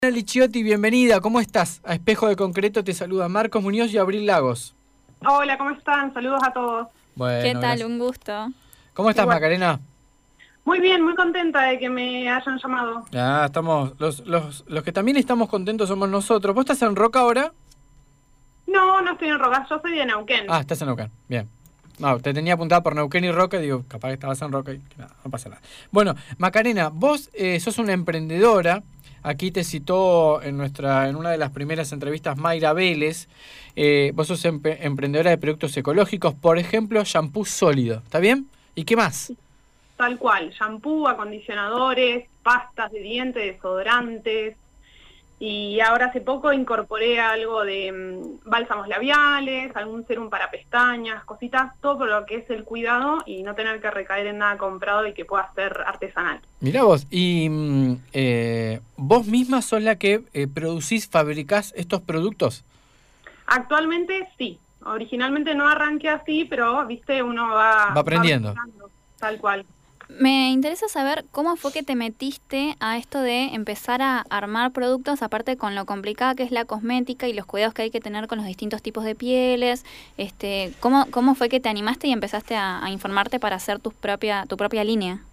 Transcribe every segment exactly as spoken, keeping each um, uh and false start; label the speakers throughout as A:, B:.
A: Lichiotti, bienvenida, ¿cómo estás? A Espejo de Concreto te saluda Marcos Muñoz y Abril Lagos.
B: Hola, ¿cómo están? Saludos a todos.
A: Bueno,
C: ¿Qué tal?
A: gracias.
C: Un gusto.
A: ¿Cómo estás,
B: Igual.
A: Macarena?
B: Muy bien, muy contenta de que me hayan llamado.
A: Ah, estamos, los, los, los que también estamos contentos somos nosotros. ¿Vos estás en Roca ahora?
B: No, no estoy en Roca, yo soy de Neuquén.
A: Ah, estás en Neuquén, bien. No, te tenía apuntada por Neuquén y Roca, digo, capaz que estabas en Roca y que nada, no pasa nada. Bueno, Macarena, vos eh, sos una emprendedora. Aquí te citó en nuestra en una de las primeras entrevistas Mayra Vélez. Eh, vos sos empe- emprendedora de productos ecológicos, por ejemplo, shampoo sólido, ¿está bien? ¿Y qué más?
B: Tal cual, shampoo, acondicionadores, pastas de dientes, desodorantes. Y ahora hace poco incorporé algo de mm, bálsamos labiales, algún serum para pestañas, cositas, todo por lo que es el cuidado y no tener que recaer en nada comprado y que pueda ser artesanal.
A: Mirá vos, y mm, eh, vos misma sos la que eh, producís, fabricás estos productos.
B: Actualmente sí, originalmente no arranqué así, pero viste, uno va,
A: Va aprendiendo.
B: va mejorando, tal cual.
C: Me interesa saber cómo fue que te metiste a esto de empezar a armar productos, aparte con lo complicada que es la cosmética y los cuidados que hay que tener con los distintos tipos de pieles. Este, ¿cómo, cómo fue que te animaste y empezaste a, a informarte para hacer tus propia, tu propia línea?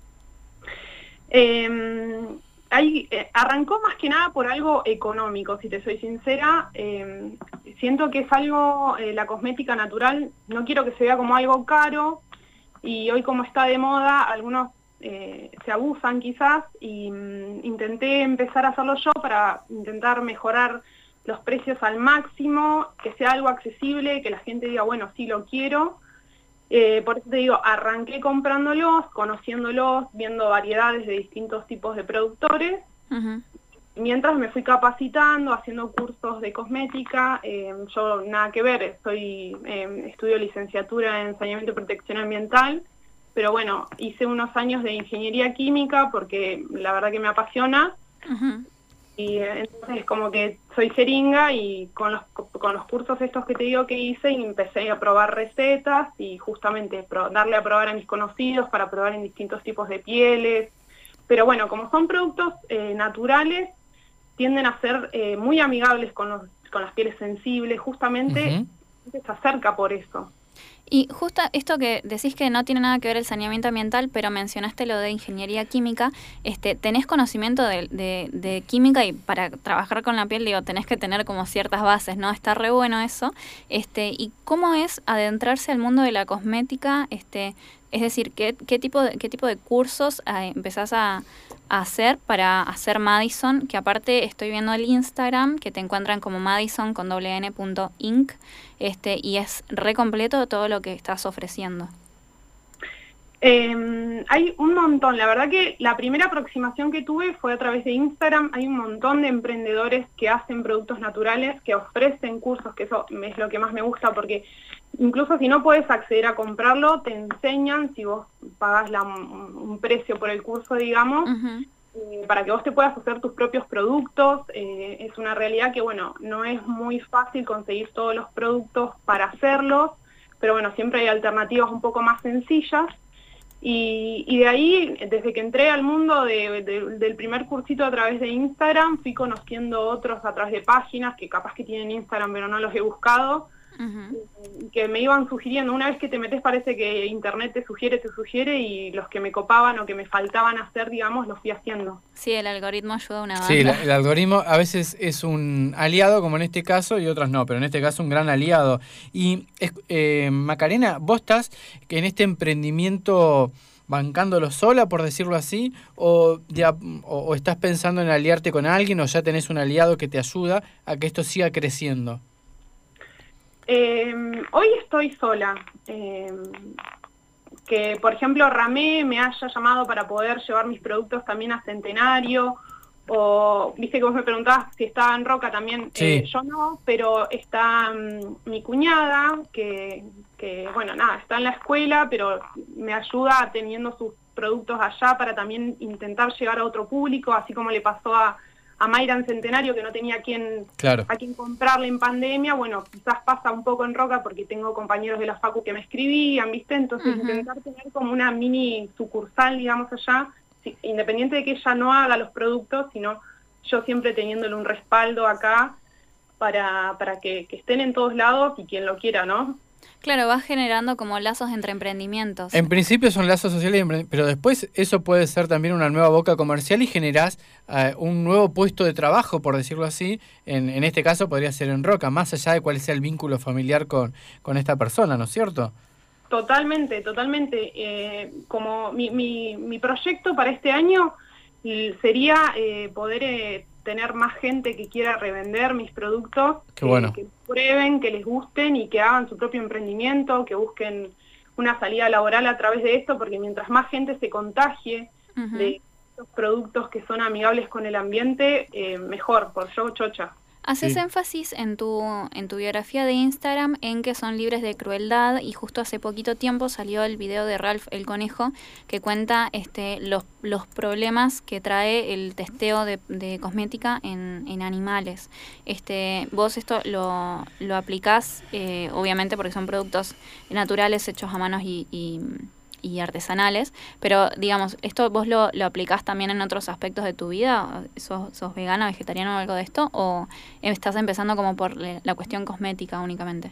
B: Eh, ahí, eh, arrancó más que nada por algo económico, si te soy sincera. Eh, siento que es algo, eh, la cosmética natural, no quiero que se vea como algo caro, y hoy como está de moda, algunos eh, se abusan quizás, y mm, intenté empezar a hacerlo yo para intentar mejorar los precios al máximo, que sea algo accesible, que la gente diga, bueno, sí lo quiero. Eh, por eso te digo, arranqué comprándolos, conociéndolos, viendo variedades de distintos tipos de productores,
C: Uh-huh.
B: mientras me fui capacitando, haciendo cursos de cosmética. Eh, yo nada que ver, soy, eh, estudio licenciatura en saneamiento y protección ambiental, pero bueno, hice unos años de ingeniería química porque la verdad que me apasiona.
C: Uh-huh.
B: Y eh, entonces como que soy jeringa y con los, con los cursos estos que te digo que hice, y empecé a probar recetas y justamente pro, darle a probar a mis conocidos para probar en distintos tipos de pieles. Pero bueno, como son productos eh, naturales, tienden a ser eh, muy amigables con, los, con las pieles sensibles, justamente
A: Uh-huh.
B: se acerca por eso.
C: Y justo esto que decís que no tiene nada que ver el saneamiento ambiental, pero mencionaste lo de ingeniería química, este, ¿tenés conocimiento de, de, de química? Y para trabajar con la piel, digo, tenés que tener como ciertas bases, ¿no? Está re bueno eso. Este, ¿y cómo es adentrarse al mundo de la cosmética? Este, es decir, ¿qué, qué tipo de, qué tipo de cursos eh, empezás a, a hacer para hacer Madison? Que aparte estoy viendo el Instagram, que te encuentran como Madison con doble n punto inc, este, y es re completo todo lo que estás ofreciendo.
B: Eh, hay un montón, la verdad que la primera aproximación que tuve fue a través de Instagram. Hay un montón de emprendedores que hacen productos naturales, que ofrecen cursos, que eso es lo que más me gusta, porque incluso si no puedes acceder a comprarlo, te enseñan, si vos pagás la, un precio por el curso, digamos,
C: Uh-huh.
B: eh, para que vos te puedas hacer tus propios productos. Eh, es una realidad que, bueno, no es muy fácil conseguir todos los productos para hacerlos, pero bueno, siempre hay alternativas un poco más sencillas. Y, y de ahí, desde que entré al mundo de, de, del primer cursito a través de Instagram, fui conociendo otros a través de páginas que capaz que tienen Instagram pero no los he buscado,
C: Uh-huh.
B: que me iban sugiriendo. Una vez que te metes parece que internet te sugiere, te sugiere, y los que me copaban o que me faltaban hacer, digamos, los fui haciendo.
C: Sí, el algoritmo ayuda a una banda.
A: Sí, la- el algoritmo a veces es un aliado, como en este caso, y otras no, pero en este caso un gran aliado. Y es- eh, Macarena, ¿vos estás en este emprendimiento bancándolo sola, por decirlo así, o, de a- o, o estás pensando en aliarte con alguien, o ya tenés un aliado que te ayuda a que esto siga creciendo?
B: Eh, hoy estoy sola. Eh, que, por ejemplo, Ramé me haya llamado para poder llevar mis productos también a Centenario, o viste que vos me preguntabas si estaba en Roca también.
A: Sí.
B: Eh, yo no, pero está um, mi cuñada, que, que, bueno, nada, está en la escuela, pero me ayuda teniendo sus productos allá para también intentar llegar a otro público, así como le pasó a a Mayra en Centenario, que no tenía a quién,
A: Claro.
B: a quién comprarle en pandemia. Bueno, quizás pasa un poco en Roca porque tengo compañeros de la facu que me escribían, ¿viste? Entonces
C: Uh-huh.
B: intentar tener como una mini sucursal, digamos, allá, sí, independiente de que ella no haga los productos, sino yo siempre teniéndole un respaldo acá para, para que, que estén en todos lados y quien lo quiera, ¿no?
C: Claro, vas generando como lazos entre emprendimientos.
A: En principio son lazos sociales, pero después eso puede ser también una nueva boca comercial y generás uh, un nuevo puesto de trabajo, por decirlo así. En, en este caso podría ser en Roca, más allá de cuál sea el vínculo familiar con, con esta persona, ¿no es cierto?
B: Totalmente, totalmente. Eh, como mi, mi, mi proyecto para este año sería eh, poder eh, tener más gente que quiera revender mis productos,
A: Qué bueno.
B: que, que prueben, que les gusten y que hagan su propio emprendimiento, que busquen una salida laboral a través de esto, porque mientras más gente se contagie uh-huh. de estos productos que son amigables con el ambiente, eh, mejor, por yo chocha.
C: Haces
A: Sí.
C: énfasis en tu en tu biografía de Instagram en que son libres de crueldad y justo hace poquito tiempo salió el video de Ralph el Conejo que cuenta este los los problemas que trae el testeo de, de cosmética en, en animales. Este, vos esto lo, lo aplicás, eh, obviamente porque son productos naturales hechos a manos y, y y artesanales, pero digamos, ¿esto vos lo, lo aplicás también en otros aspectos de tu vida? ¿Sos, sos vegana, vegetariano o algo de esto? ¿O estás empezando como por la cuestión cosmética únicamente?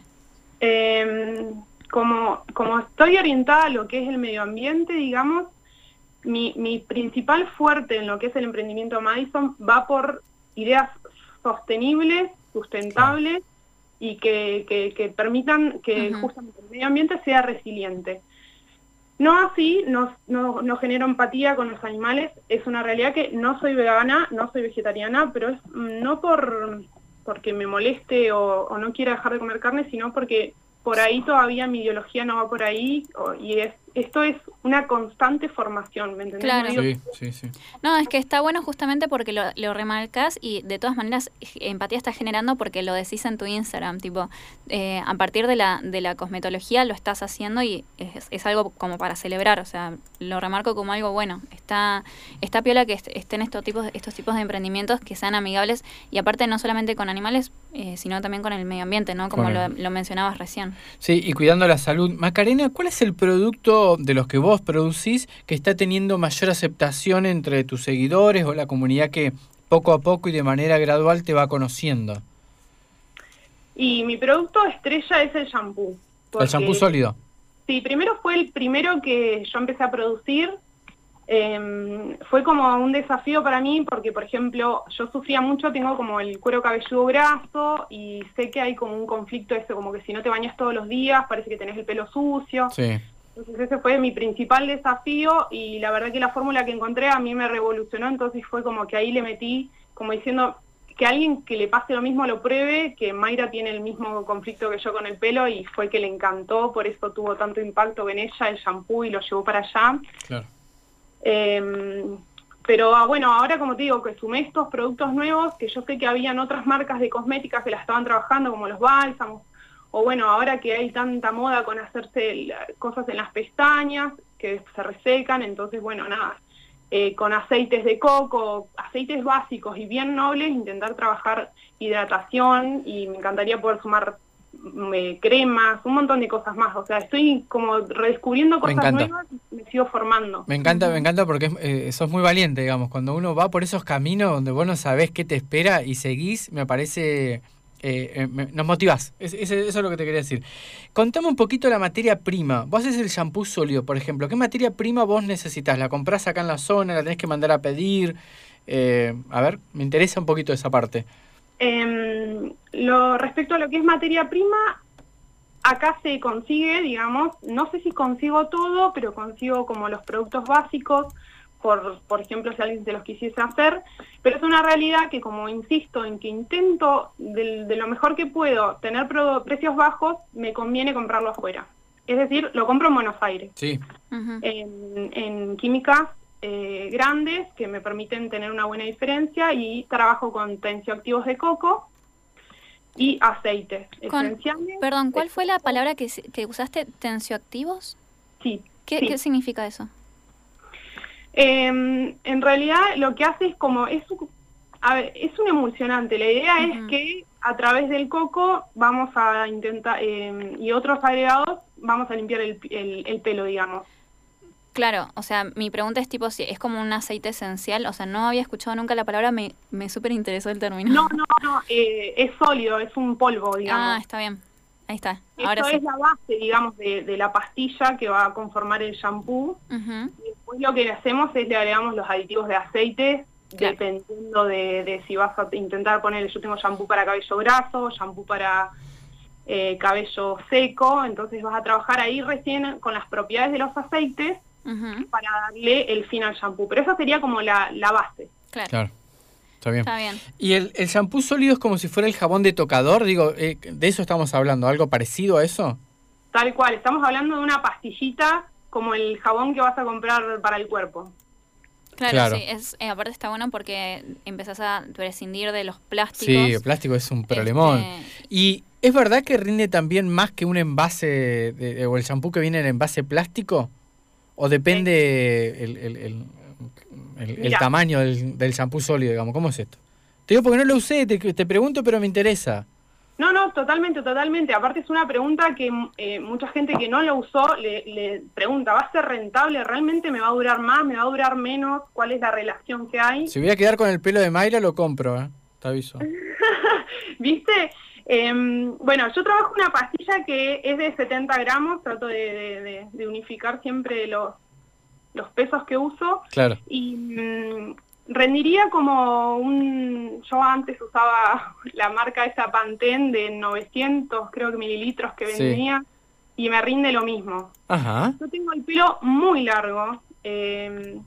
B: Eh, como, como estoy orientada a lo que es el medio ambiente, digamos, mi, mi principal fuerte en lo que es el emprendimiento Madison va por ideas sostenibles, sustentables y que, que, que permitan que uh-huh. justamente el medio ambiente sea resiliente. No así, no, no, no genero empatía con los animales, es una realidad que no soy vegana, no soy vegetariana, pero es no por porque me moleste o, o no quiera dejar de comer carne, sino porque por ahí todavía mi ideología no va por ahí, o, y es esto es una constante formación, ¿me entendés?
C: Claro.
B: No
A: Sí, sí, sí.
C: No, es que está bueno justamente porque lo, lo remarcas y de todas maneras empatía estás generando porque lo decís en tu Instagram, tipo, eh, a partir de la de la cosmetología lo estás haciendo y es, es algo como para celebrar, o sea, lo remarco como algo bueno. Está está piola que est- estén estos tipos estos tipos de emprendimientos que sean amigables y aparte no solamente con animales, eh, sino también con el medio ambiente, ¿no? Como lo, lo mencionabas recién.
A: Sí, y cuidando la salud. Macarena, ¿cuál es el producto de los que vos producís que está teniendo mayor aceptación entre tus seguidores o la comunidad que poco a poco y de manera gradual te va conociendo?
B: Y mi producto estrella es el shampoo.
A: ¿El shampoo sólido?
B: Sí, primero fue el primero que yo empecé a producir. Eh, fue como un desafío para mí porque, por ejemplo, yo sufría mucho, tengo como el cuero cabelludo graso y sé que hay como un conflicto ese, como que si no te bañas todos los días parece que tenés el pelo sucio.
A: Sí.
B: Entonces ese fue mi principal desafío y la verdad que la fórmula que encontré a mí me revolucionó, entonces fue como que ahí le metí, como diciendo que alguien que le pase lo mismo lo pruebe, que Mayra tiene el mismo conflicto que yo con el pelo y fue que le encantó, por eso tuvo tanto impacto en ella el shampoo y lo llevó para allá.
A: Claro.
B: Eh, pero ah, bueno, ahora como te digo, que sumé estos productos nuevos, que yo sé que habían otras marcas de cosméticas que la estaban trabajando, como los bálsamos, o bueno, ahora que hay tanta moda con hacerse cosas en las pestañas, que se resecan, entonces bueno, nada, eh, con aceites de coco, aceites básicos y bien nobles, intentar trabajar hidratación y me encantaría poder sumar eh, cremas, un montón de cosas más, o sea, estoy como redescubriendo cosas nuevas y me sigo formando.
A: Me encanta, me encanta porque eh, sos muy valiente, digamos, cuando uno va por esos caminos donde vos no sabés qué te espera y seguís, me parece... Eh, eh, me, nos motivás, es, es, eso es lo que te quería decir. Contame un poquito la materia prima. Vos haces el shampoo sólido, por ejemplo. ¿Qué materia prima vos necesitas? ¿La comprás acá en la zona? ¿La tenés que mandar a pedir? Eh, a ver, me interesa un poquito esa parte.
B: Eh, lo, respecto a lo que es materia prima, acá se consigue, digamos, no sé si consigo todo, pero consigo como los productos básicos, por, por ejemplo, si alguien se los quisiese hacer, pero es una realidad que, como insisto, en que intento de, de lo mejor que puedo tener pro, precios bajos, me conviene comprarlo afuera. Es decir, lo compro en Buenos Aires,
A: sí.
B: uh-huh. en, en químicas eh, grandes que me permiten tener una buena diferencia y trabajo con tensioactivos de coco y aceites
C: con,
B: esenciales.
C: Perdón, ¿cuál fue la palabra que, que usaste? ¿Tensioactivos?
B: Sí.
C: ¿Qué,
B: sí.
C: ¿Qué significa eso?
B: Eh, en realidad lo que hace es como, es, a ver, es un emulsionante, la idea uh-huh. es que a través del coco vamos a intentar, eh, y otros agregados, vamos a limpiar el, el, el pelo, digamos.
C: Claro, o sea, mi pregunta es tipo si es como un aceite esencial, o sea, no había escuchado nunca la palabra, me, me súper interesó el término.
B: No, no, no, eh, es sólido, es un polvo, digamos.
C: Ah, está bien, ahí está. Ahora
B: Esto
C: sí.
B: es la base, digamos, de, de la pastilla que va a conformar el shampoo.
C: Uh-huh.
B: Y después lo que le hacemos es le agregamos los aditivos de aceite,
C: Claro.
B: dependiendo de, de si vas a intentar poner, yo tengo shampoo para cabello graso, shampoo para eh, cabello seco, entonces vas a trabajar ahí recién con las propiedades de los aceites
C: Uh-huh.
B: para darle el fin al shampoo. Pero esa sería como la, la base.
C: Claro.
A: Claro. Está bien.
C: Está bien.
A: ¿Y el, el shampoo sólido es como si fuera el jabón de tocador? Digo, eh, de eso estamos hablando. ¿Algo parecido a eso?
B: Tal cual, estamos hablando de una pastillita como el jabón que vas a comprar para el cuerpo.
C: Claro,
A: Claro.
C: sí, es, eh, aparte está bueno porque empezás a prescindir de los plásticos.
A: Sí, el plástico es un problemón.
C: Este,
A: ¿Y es verdad que rinde también más que un envase, de, de- o el shampoo que viene en envase plástico? ¿O depende el, el, el, el- el
B: Mirá.
A: tamaño del, del shampoo sólido, digamos? ¿Cómo es esto? Te digo porque no lo usé, te, te pregunto, pero me interesa.
B: No, no, totalmente, totalmente. Aparte es una pregunta que eh, mucha gente que no lo usó le, le pregunta, ¿va a ser rentable? ¿Realmente me va a durar más? ¿Me va a durar menos? ¿Cuál es la relación que hay?
A: Si voy a quedar con el pelo de Mayra, lo compro, ¿eh? Te aviso.
B: ¿Viste? Eh, bueno, yo trabajo una pastilla que es de setenta gramos, trato de, de- de- de unificar siempre los, los pesos que uso.
A: Claro.
B: Y mm, rendiría como un... Yo antes usaba la marca esa Pantene de novecientos, creo que mililitros que
A: Sí.
B: vendía, y me rinde lo mismo.
A: Ajá.
B: Yo tengo el pelo muy largo, eh,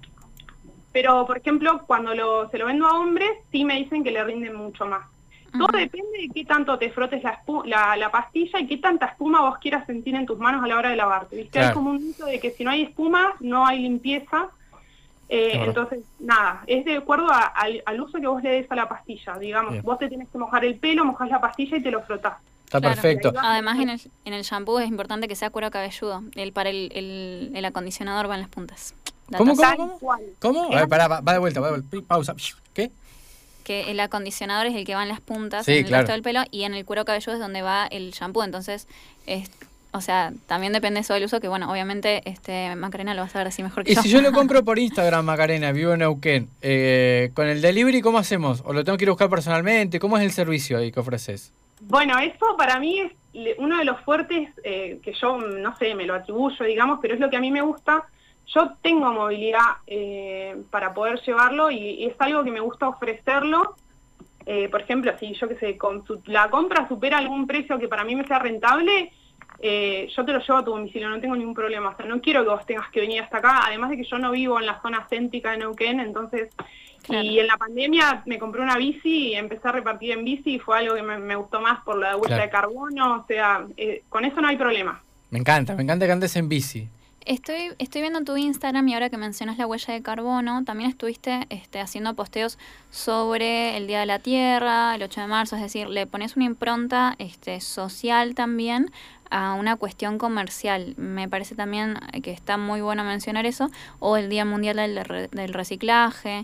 B: pero por ejemplo, cuando lo, se lo vendo a hombres, sí me dicen que le rinde mucho más. Todo
C: Ujú.
B: depende de qué tanto te frotes la, espu- la, la pastilla y qué tanta espuma vos quieras sentir en tus manos a la hora de lavarte. ¿Viste?
A: Claro.
B: Hay como un mito de que si no hay espuma, no hay limpieza. Eh,
A: Claro.
B: entonces, nada, es de acuerdo a- al, al uso que vos le des a la pastilla. Digamos,
A: Bien.
B: vos te tienes que mojar el pelo, mojás la pastilla y te lo frotás.
A: Está
C: Claro.
A: perfecto.
C: Además, en el, en el shampoo es importante que sea cuero cabelludo. El, para el, el, el acondicionador va en las puntas.
A: ¿Cómo,
C: Datos.
A: cómo?
B: Tal cual.
A: ¿Cómo? A ver, pará, va, va de vuelta, va de vuelta. Pausa. ¿Qué?
C: Que el acondicionador es el que va en las puntas,
A: Sí,
C: en el
A: claro.
C: resto del pelo, y en el cuero cabelludo es donde va el shampoo. Entonces, es, o sea, también depende eso del uso, que bueno, obviamente este Macarena lo vas a ver así mejor que
A: Y
C: yo.
A: si yo lo compro por Instagram, Macarena, vivo en Neuquén, eh, con el delivery, ¿cómo hacemos? ¿O lo tengo que ir a buscar personalmente? ¿Cómo es el servicio ahí que ofreces?
B: Bueno, eso para mí es le- uno de los fuertes eh, que yo, no sé, me lo atribuyo, digamos, pero es lo que a mí me gusta. Yo tengo movilidad eh, para poder llevarlo y, y es algo que me gusta ofrecerlo. Eh, por ejemplo, si yo que sé, con su- la compra supera algún precio que para mí me sea rentable, eh, yo te lo llevo a tu domicilio, no tengo ningún problema. O sea, no quiero que vos tengas que venir hasta acá, además de que yo no vivo en la zona céntrica de Neuquén, entonces...
C: Claro.
B: Y en la pandemia me compré una bici y empecé a repartir en bici y fue algo que me, me gustó más por la huella
A: Claro.
B: de carbono, o sea, eh, con eso no hay problema.
A: Me encanta, me encanta que andes en bici.
C: Estoy, estoy viendo tu Instagram y ahora que mencionas la huella de carbono, también estuviste este, haciendo posteos sobre el Día de la Tierra, el ocho de marzo, es decir, le pones una impronta este, social también a una cuestión comercial. Me parece también que está muy bueno mencionar eso, o el Día Mundial del, re- del Reciclaje,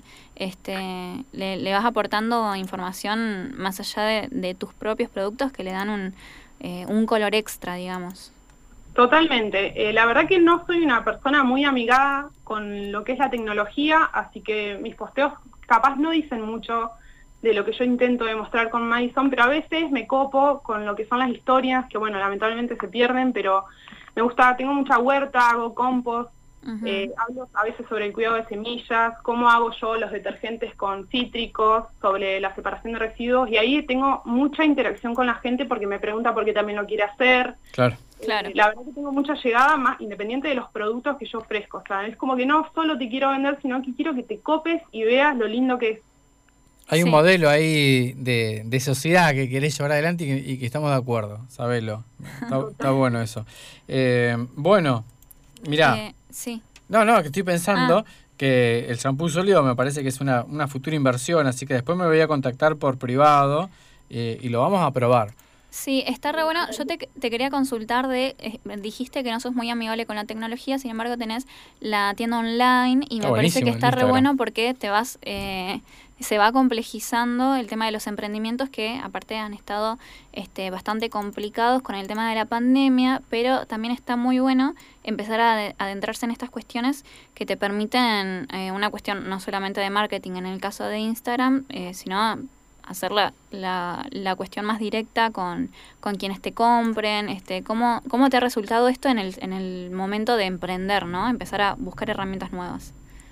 C: este, le, le vas aportando información más allá de, de tus propios productos que le dan un, eh, un color extra, digamos.
B: Totalmente. Eh, la verdad que no soy una persona muy amigada con lo que es la tecnología, así que mis posteos capaz no dicen mucho de lo que yo intento demostrar con Madison, pero a veces me copo con lo que son las historias, que bueno, lamentablemente se pierden, pero me gusta, tengo mucha huerta, hago compost,
C: Ujú.
B: eh, hablo a veces sobre el cuidado de semillas, cómo hago yo los detergentes con cítricos, sobre la separación de residuos, y ahí tengo mucha interacción con la gente porque me pregunta por qué también lo quiere hacer.
A: Claro.
C: Claro.
B: Eh, la verdad que tengo mucha llegada, más independiente de los productos que yo ofrezco. O sea, es como que no solo te quiero vender, sino que quiero que te copes y veas lo lindo que es.
A: Hay un
C: Sí.
A: modelo ahí de, de sociedad que querés llevar adelante y que, y que estamos de acuerdo, sabelo. Está, está bueno eso. Eh, bueno, mirá,
C: Eh, sí.
A: no, no, que estoy pensando
C: Ah.
A: que el shampoo sólido me parece que es una, una futura inversión, así que después me voy a contactar por privado eh, y lo vamos a probar.
C: Sí, está re bueno. Yo te, te quería consultar de, eh, dijiste que no sos muy amigable con la tecnología, sin embargo tenés la tienda online y
A: Está
C: me parece
A: buenísimo
C: que
A: el
C: está re
A: Instagram.
C: bueno porque te vas, eh, se va complejizando el tema de los emprendimientos que aparte han estado este, bastante complicados con el tema de la pandemia, pero también está muy bueno empezar a adentrarse en estas cuestiones que te permiten eh, una cuestión no solamente de marketing en el caso de Instagram, eh, sino hacer la, la, la cuestión más directa con, con quienes te compren. Este, ¿cómo, ¿Cómo te ha resultado esto en el, en el momento de emprender, ¿no? Empezar a buscar herramientas nuevas.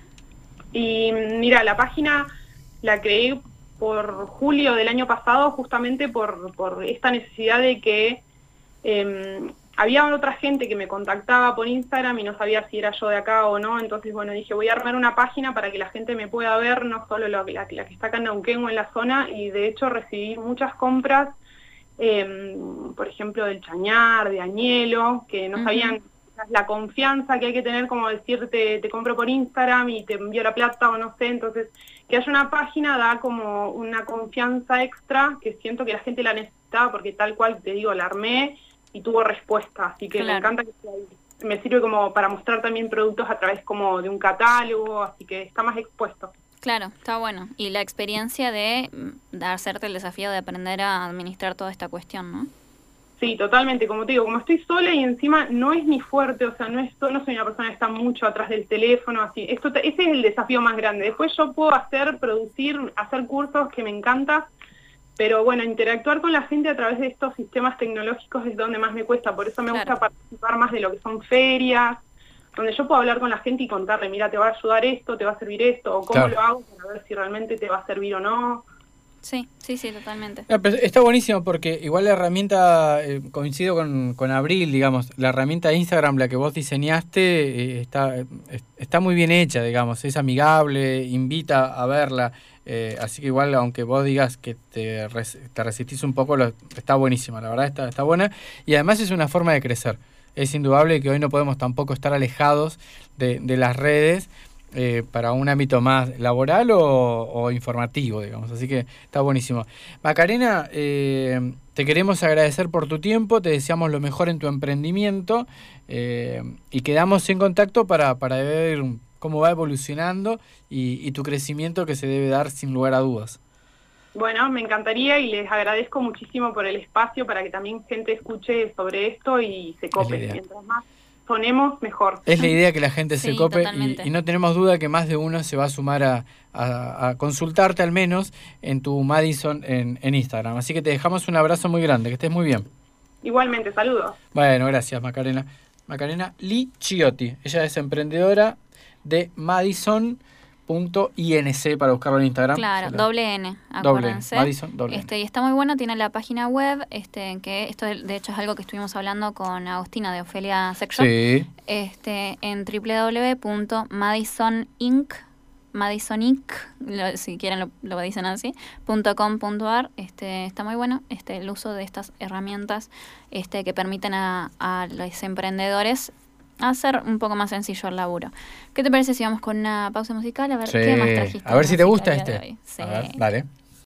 B: Y mira, la página la creé por julio del año pasado justamente por, por esta necesidad de que eh, había otra gente que me contactaba por Instagram y no sabía si era yo de acá o no, entonces bueno, dije voy a armar una página para que la gente me pueda ver, no solo la, la, la que está acá en Neuquén o en la zona, y de hecho recibí muchas compras, eh, por ejemplo del Chañar, de Añelo, que no uh-huh. sabían la confianza que hay que tener, como decirte, te compro por Instagram y te envío la plata o no sé, entonces que haya una página da como una confianza extra que siento que la gente la necesitaba porque tal cual te digo, la armé y tuvo respuesta, así que claro. me encanta que esté ahí. Me sirve como para mostrar también productos a través como de un catálogo, así que está más expuesto.
C: Claro, está bueno. Y la experiencia de, de hacerte el desafío de aprender a administrar toda esta cuestión, ¿no?
B: Sí, totalmente, como te digo, como estoy sola y encima no es mi fuerte, o sea, no es no soy una persona que está mucho atrás del teléfono, así, esto ese es el desafío más grande. Después yo puedo hacer, producir, hacer cursos que me encanta, pero bueno, interactuar con la gente a través de estos sistemas tecnológicos es donde más me cuesta, por eso me claro. gusta participar más de lo que son ferias, donde yo puedo hablar con la gente y contarle, mira, te va a ayudar esto, te va a servir esto, o cómo claro. lo hago para ver si realmente te va a servir o no.
C: Sí, sí, sí, totalmente.
A: No, pero está buenísimo porque igual la herramienta, eh, coincido con, con Abril, digamos, la herramienta de Instagram, la que vos diseñaste, eh, está, eh, está muy bien hecha, digamos, es amigable, invita a verla, eh, así que igual aunque vos digas que te, res, te resistís un poco, lo, está buenísima, la verdad está, está buena, y además es una forma de crecer. Es indudable que hoy no podemos tampoco estar alejados de, de las redes, Eh, para un ámbito más laboral o, o informativo, digamos. Así que está buenísimo. Macarena, eh, te queremos agradecer por tu tiempo, te deseamos lo mejor en tu emprendimiento eh, y quedamos en contacto para, para ver cómo va evolucionando y, y tu crecimiento que se debe dar sin lugar a dudas.
B: Bueno, me encantaría y les agradezco muchísimo por el espacio para que también gente escuche sobre esto y se cope. Mientras más sonemos, mejor.
A: Es la idea que la gente
C: sí,
A: se cope y, y no tenemos duda que más de uno se va a sumar a, a, a consultarte al menos en tu Madison en, en Instagram. Así que te dejamos un abrazo muy grande, que estés muy bien.
B: Igualmente, saludos.
A: Bueno, gracias Macarena. Macarena Licciotti, ella es emprendedora de Madison punto inc para buscarlo en Instagram.
C: Claro,
A: la...
C: doble N,
A: Doble
C: acuérdense.
A: N, Madison, doble
C: este, N. Y está muy bueno, tiene la página web, este, que esto de hecho es algo que estuvimos hablando con Agustina de Ofelia Sex Shop,
A: sí.
C: este, en doble u doble u doble u punto madison inc, Madison inc, lo, si quieren lo, lo dicen así, punto com punto a r. Este, está muy bueno este, el uso de estas herramientas este, que permiten a, a los emprendedores hacer un poco más sencillo el laburo. ¿Qué te parece si vamos con una pausa musical? A ver
A: sí.
C: qué más trajiste.
A: A ver si te gusta este.
C: Sí.
A: A ver, dale.